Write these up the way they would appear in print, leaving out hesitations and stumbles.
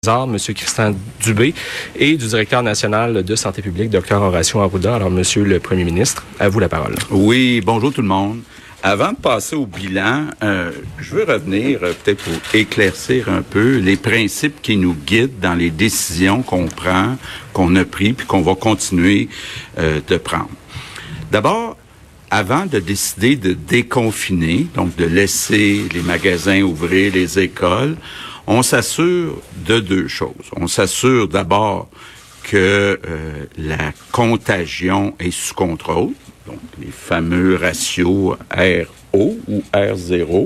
M. Christian Dubé, et du directeur national de santé publique, Dr Horacio Arruda. Alors, Monsieur le Premier ministre, à vous la parole. Oui, bonjour tout le monde. Avant de passer au bilan, je veux revenir peut-être pour éclaircir un peu les principes qui nous guident dans les décisions qu'on prend, qu'on a prises, puis qu'on va continuer de prendre. D'abord, avant de décider de déconfiner, donc de laisser les magasins ouvrir, les écoles, on s'assure de deux choses. On s'assure d'abord que la contagion est sous contrôle, donc les fameux ratios RO ou R0,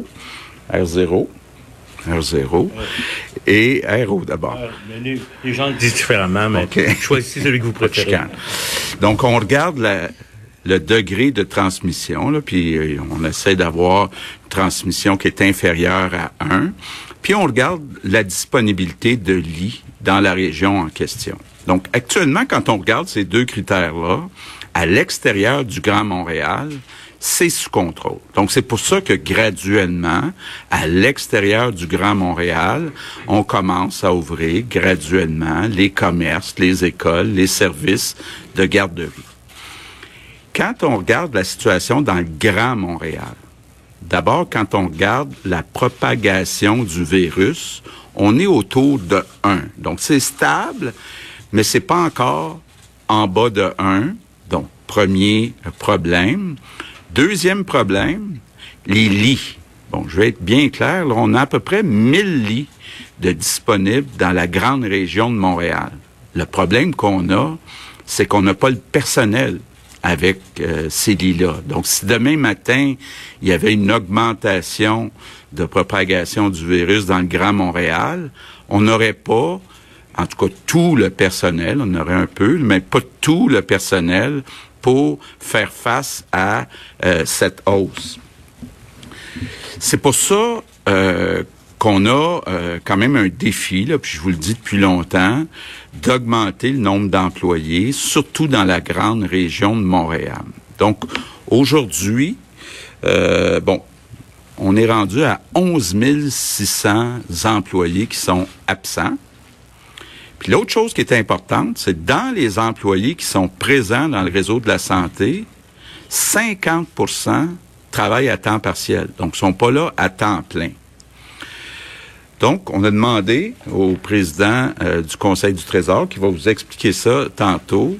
et RO d'abord. Les gens le disent différemment, mais choisissez celui que vous préférez. Donc, on regarde le degré de transmission, là, puis on essaie d'avoir une transmission qui est inférieure à 1. Puis on regarde la disponibilité de lits dans la région en question. Donc, actuellement, quand on regarde ces deux critères-là, à l'extérieur du Grand Montréal, c'est sous contrôle. Donc, c'est pour ça que graduellement, à l'extérieur du Grand Montréal, on commence à ouvrir graduellement les commerces, les écoles, les services de garderie. Quand on regarde la situation dans le Grand Montréal, d'abord, quand on regarde la propagation du virus, on est autour de 1. Donc, c'est stable, mais c'est pas encore en bas de 1. Donc, premier problème. Deuxième problème, les lits. Bon, je vais être bien clair, là, on a à peu près 1000 lits de disponibles dans la grande région de Montréal. Le problème qu'on a, c'est qu'on n'a pas le personnel avec ces lits-là. Donc, si demain matin, il y avait une augmentation de propagation du virus dans le Grand Montréal, on n'aurait pas, en tout cas tout le personnel, on aurait un peu, mais pas tout le personnel pour faire face à cette hausse. C'est pour ça qu'on a quand même un défi, là, puis je vous le dis depuis longtemps, d'augmenter le nombre d'employés, surtout dans la grande région de Montréal. Donc, aujourd'hui, on est rendu à 11 600 employés qui sont absents. Puis l'autre chose qui est importante, c'est dans les employés qui sont présents dans le réseau de la santé, 50% travaillent à temps partiel, donc sont pas là à temps plein. Donc, on a demandé au président du Conseil du Trésor, qui va vous expliquer ça tantôt,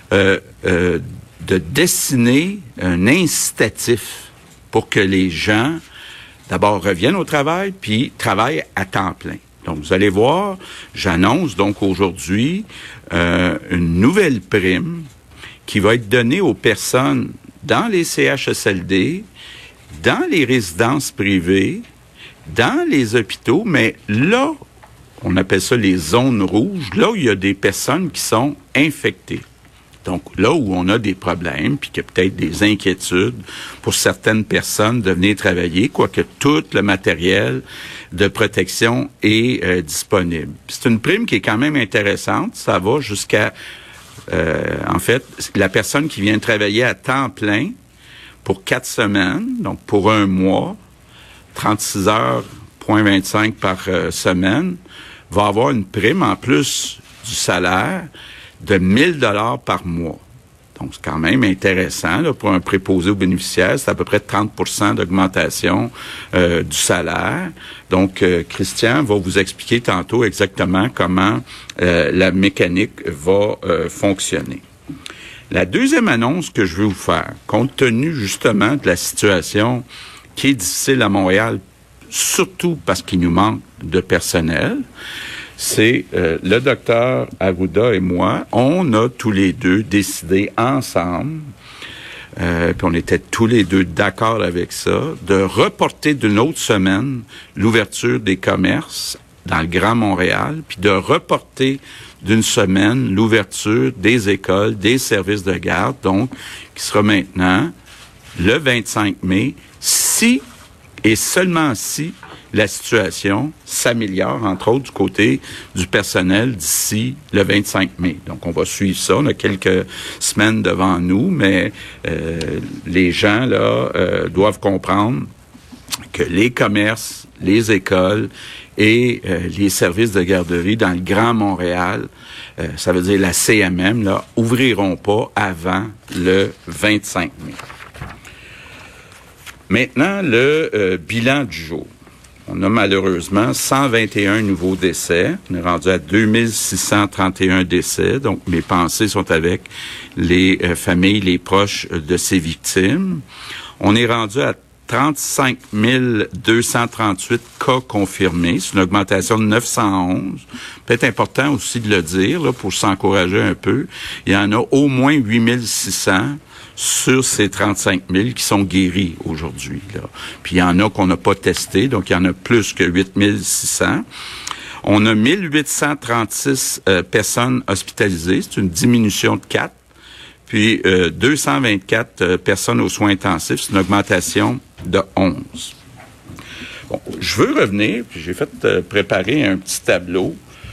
de dessiner un incitatif pour que les gens, d'abord, reviennent au travail, puis travaillent à temps plein. Donc, vous allez voir, j'annonce donc aujourd'hui une nouvelle prime qui va être donnée aux personnes dans les CHSLD, dans les résidences privées, dans les hôpitaux, mais là, on appelle ça les zones rouges, là où il y a des personnes qui sont infectées. Donc, là où on a des problèmes, puis qu'il y a peut-être des inquiétudes pour certaines personnes de venir travailler, quoique tout le matériel de protection est disponible. C'est une prime qui est quand même intéressante. Ça va jusqu'à, en fait, la personne qui vient travailler à temps plein pour 4 semaines, donc pour 1 mois, 36 heures, 0,25 par semaine, va avoir une prime en plus du salaire de 1 000 $ par mois. Donc, c'est quand même intéressant là, pour un préposé aux bénéficiaires. C'est à peu près 30% d'augmentation du salaire. Donc, Christian va vous expliquer tantôt exactement comment la mécanique va fonctionner. La deuxième annonce que je veux vous faire, compte tenu justement de la situation qui est difficile à Montréal, surtout parce qu'il nous manque de personnel, c'est le docteur Arruda et moi, on a tous les deux décidé ensemble, puis on était tous les deux d'accord avec ça, de reporter d'une autre semaine l'ouverture des commerces dans le Grand Montréal, puis de reporter d'une semaine l'ouverture des écoles, des services de garde, donc qui sera maintenant le 25 mai, si et seulement si la situation s'améliore, entre autres, du côté du personnel d'ici le 25 mai. Donc, on va suivre ça. On a quelques semaines devant nous, mais les gens, là, doivent comprendre que les commerces, les écoles et les services de garderie dans le Grand Montréal, ça veut dire la CMM, là, ouvriront pas avant le 25 mai. Maintenant, le bilan du jour. On a malheureusement 121 nouveaux décès. On est rendu à 2631 décès. Donc, mes pensées sont avec les familles, les proches de ces victimes. On est rendu à 35 238 cas confirmés. C'est une augmentation de 911. Peut-être important aussi de le dire, là, pour s'encourager un peu. Il y en a au moins 8 600 sur ces 35 000 qui sont guéris aujourd'hui, là. Puis il y en a qu'on n'a pas testé, donc il y en a plus que 8 600. On a 1836 personnes hospitalisées. C'est une diminution de 4. Puis 224 personnes aux soins intensifs. C'est une augmentation de 11. Bon, je veux revenir, puis j'ai fait préparer un petit tableau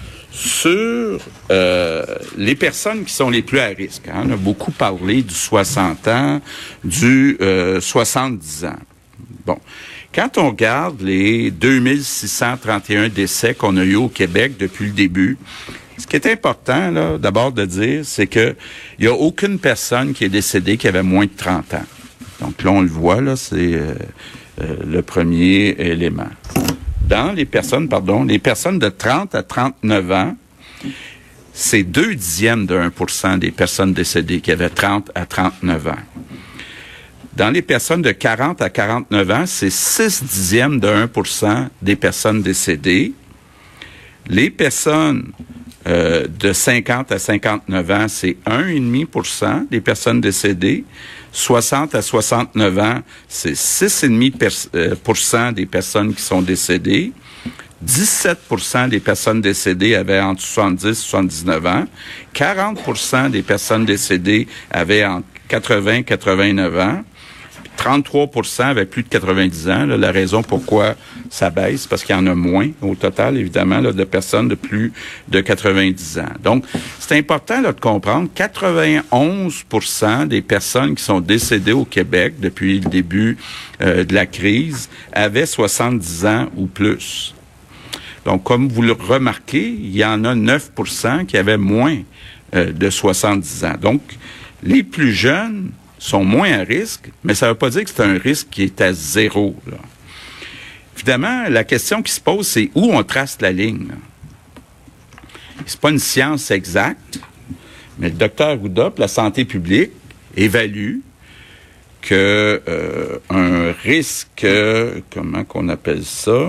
sur les personnes qui sont les plus à risque. Hein. On a beaucoup parlé du 60 ans, du 70 ans. Bon, quand on regarde les 2631 décès qu'on a eu au Québec depuis le début, ce qui est important, là, d'abord de dire, c'est que il y a aucune personne qui est décédée qui avait moins de 30 ans. Donc là, on le voit, là, c'est le premier élément. Dans les personnes de 30 à 39 ans, c'est 0,2% des personnes décédées qui avaient 30 à 39 ans. Dans les personnes de 40 à 49 ans, c'est 0,6% des personnes décédées. Les personnes de 50 à 59 ans, c'est 1,5% des personnes décédées. 60 à 69 ans, c'est 6,5% des personnes qui sont décédées. 17% des personnes décédées avaient entre 70 et 79 ans. 40% des personnes décédées avaient entre 80 et 89 ans. 33% avaient plus de 90 ans. Là, la raison pourquoi ça baisse, parce qu'il y en a moins au total, évidemment, là, de personnes de plus de 90 ans. Donc, c'est important là, de comprendre, 91% des personnes qui sont décédées au Québec depuis le début de la crise avaient 70 ans ou plus. Donc, comme vous le remarquez, il y en a 9% qui avaient moins de 70 ans. Donc, les plus jeunes sont moins à risque, mais ça ne veut pas dire que c'est un risque qui est à zéro, là. Évidemment, la question qui se pose, c'est où on trace la ligne, là. C'est pas une science exacte, mais le docteur Arruda, la santé publique, évalue que un risque, comment qu'on appelle ça,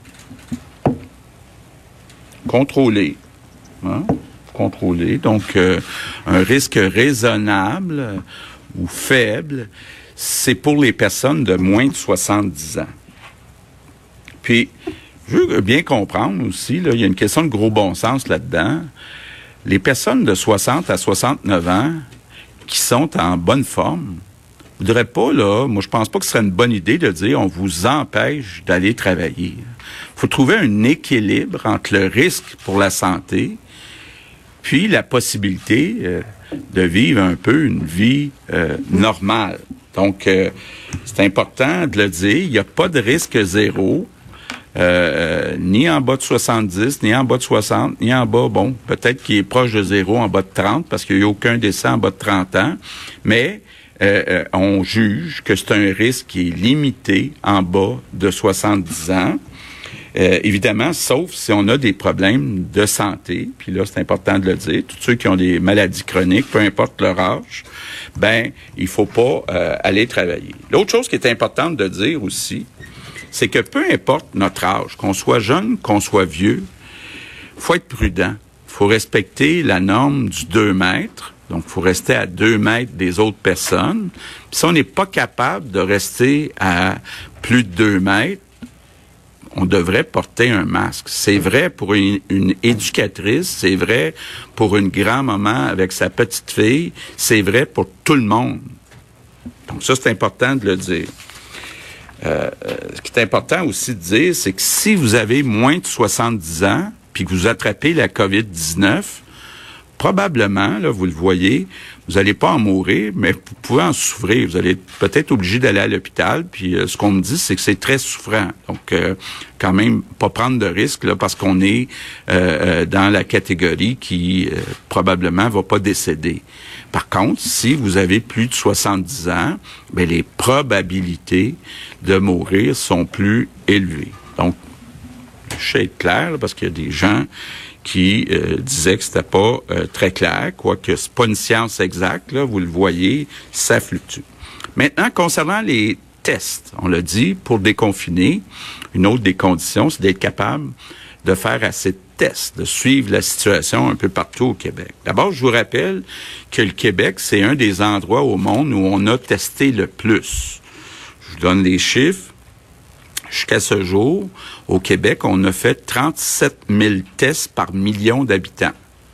contrôlé, hein? Contrôlé, donc un risque raisonnable ou faible, c'est pour les personnes de moins de 70 ans. Puis, je veux bien comprendre aussi, là, il y a une question de gros bon sens là-dedans. Les personnes de 60 à 69 ans qui sont en bonne forme, je voudrais pas, là, moi je pense pas que ce serait une bonne idée de dire on vous empêche d'aller travailler. Il faut trouver un équilibre entre le risque pour la santé puis la possibilité de vivre un peu une vie normale. Donc, c'est important de le dire, il n'y a pas de risque zéro, ni en bas de 70, ni en bas de 60, ni en bas, bon, peut-être qu'il est proche de zéro en bas de 30, parce qu'il n'y a aucun décès en bas de 30 ans, mais on juge que c'est un risque qui est limité en bas de 70 ans. Évidemment, sauf si on a des problèmes de santé, puis là, c'est important de le dire, tous ceux qui ont des maladies chroniques, peu importe leur âge, ben, il faut pas aller travailler. L'autre chose qui est importante de dire aussi, c'est que peu importe notre âge, qu'on soit jeune, qu'on soit vieux, faut être prudent. Faut respecter la norme du 2 mètres. Donc, il faut rester à 2 mètres des autres personnes. Puis si on n'est pas capable de rester à plus de 2 mètres, on devrait porter un masque. C'est vrai pour une éducatrice, c'est vrai pour une grand-maman avec sa petite fille, c'est vrai pour tout le monde. Donc ça, c'est important de le dire. Ce qui est important aussi de dire, c'est que si vous avez moins de 70 ans, puis que vous attrapez la COVID-19, probablement, là, vous le voyez, vous n'allez pas en mourir, mais vous pouvez en souffrir. Vous allez peut-être obligé d'aller à l'hôpital. Puis ce qu'on me dit, c'est que c'est très souffrant. Donc, quand même, pas prendre de risques là, parce qu'on est dans la catégorie qui probablement va pas décéder. Par contre, si vous avez plus de 70 ans, ben les probabilités de mourir sont plus élevées. Donc, je sais être clair là, parce qu'il y a des gens qui disait que c'était pas très clair, quoique c'est pas une science exacte, là, vous le voyez, ça fluctue. Maintenant, concernant les tests, on l'a dit, pour déconfiner, une autre des conditions, c'est d'être capable de faire assez de tests, de suivre la situation un peu partout au Québec. D'abord, je vous rappelle que le Québec, c'est un des endroits au monde où on a testé le plus. Je vous donne les chiffres. Jusqu'à ce jour, au Québec, on a fait 37 000 tests par million d'habitants.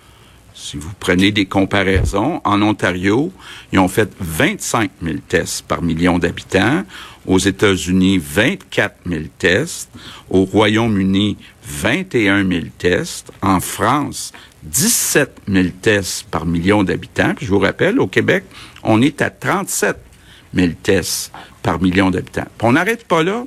Si vous prenez des comparaisons, en Ontario, ils ont fait 25 000 tests par million d'habitants. Aux États-Unis, 24 000 tests. Au Royaume-Uni, 21 000 tests. En France, 17 000 tests par million d'habitants. Puis je vous rappelle, au Québec, on est à 37 000 tests par million d'habitants. Puis on n'arrête pas là.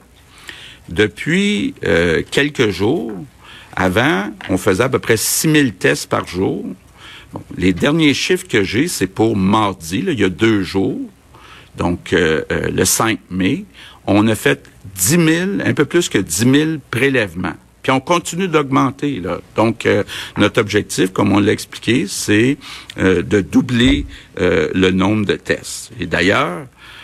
Depuis quelques jours, avant, on faisait à peu près 6 000 tests par jour. Bon, les derniers chiffres que j'ai, c'est pour mardi, là, il y a 2 jours, donc le 5 mai. On a fait 10 000, un peu plus que 10 000 prélèvements. Puis on continue d'augmenter, là. Donc, notre objectif, comme on l'a expliqué, c'est de doubler le nombre de tests. Et d'ailleurs,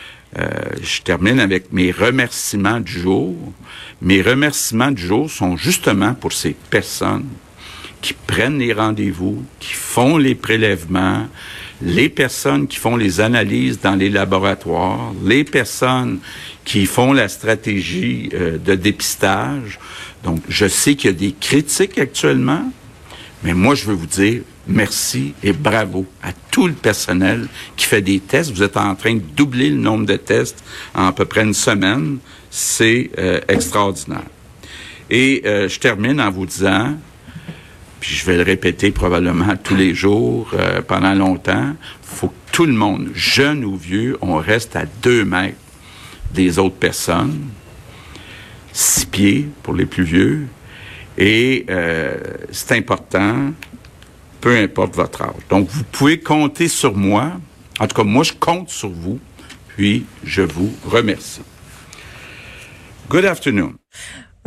je termine avec mes remerciements du jour. Mes remerciements du jour sont justement pour ces personnes qui prennent les rendez-vous, qui font les prélèvements, les personnes qui font les analyses dans les laboratoires, les personnes qui font la stratégie de dépistage. Donc, je sais qu'il y a des critiques actuellement, mais moi, je veux vous dire merci et bravo à tout le personnel qui fait des tests. Vous êtes en train de doubler le nombre de tests en à peu près une semaine. C'est extraordinaire. Et je termine en vous disant, puis je vais le répéter probablement tous les jours pendant longtemps, il faut que tout le monde, jeune ou vieux, on reste à 2 mètres des autres personnes, 6 pieds pour les plus vieux, et c'est important, peu importe votre âge. Donc, vous pouvez compter sur moi. En tout cas, moi, je compte sur vous, puis je vous remercie. Good afternoon.